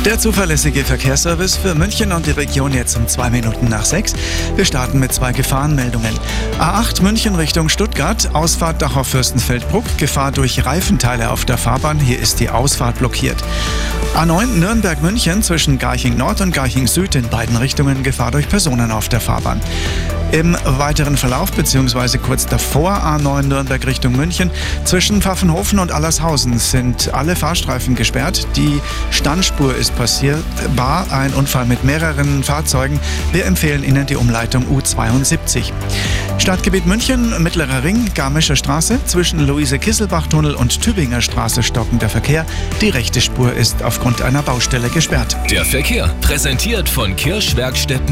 Der zuverlässige Verkehrsservice für München und die Region jetzt um 2 Minuten nach 6. Wir starten mit 2 Gefahrenmeldungen. A8 München Richtung Stuttgart, Ausfahrt Dachau-Fürstenfeldbruck, Gefahr durch Reifenteile auf der Fahrbahn, hier ist die Ausfahrt blockiert. A9 Nürnberg-München zwischen Garching Nord und Garching Süd in beiden Richtungen, Gefahr durch Personen auf der Fahrbahn. Im weiteren Verlauf bzw. kurz davor A9 Nürnberg Richtung München zwischen Pfaffenhofen und Allershausen sind alle Fahrstreifen gesperrt. Die Standspur ist passierbar, ein Unfall mit mehreren Fahrzeugen. Wir empfehlen Ihnen die Umleitung U72. Stadtgebiet München, Mittlerer Ring, Garmischer Straße, zwischen Luise-Kisselbach-Tunnel und Tübinger Straße stockender Verkehr. Die rechte Spur ist aufgrund einer Baustelle gesperrt. Der Verkehr, präsentiert von Kirsch Werkstätten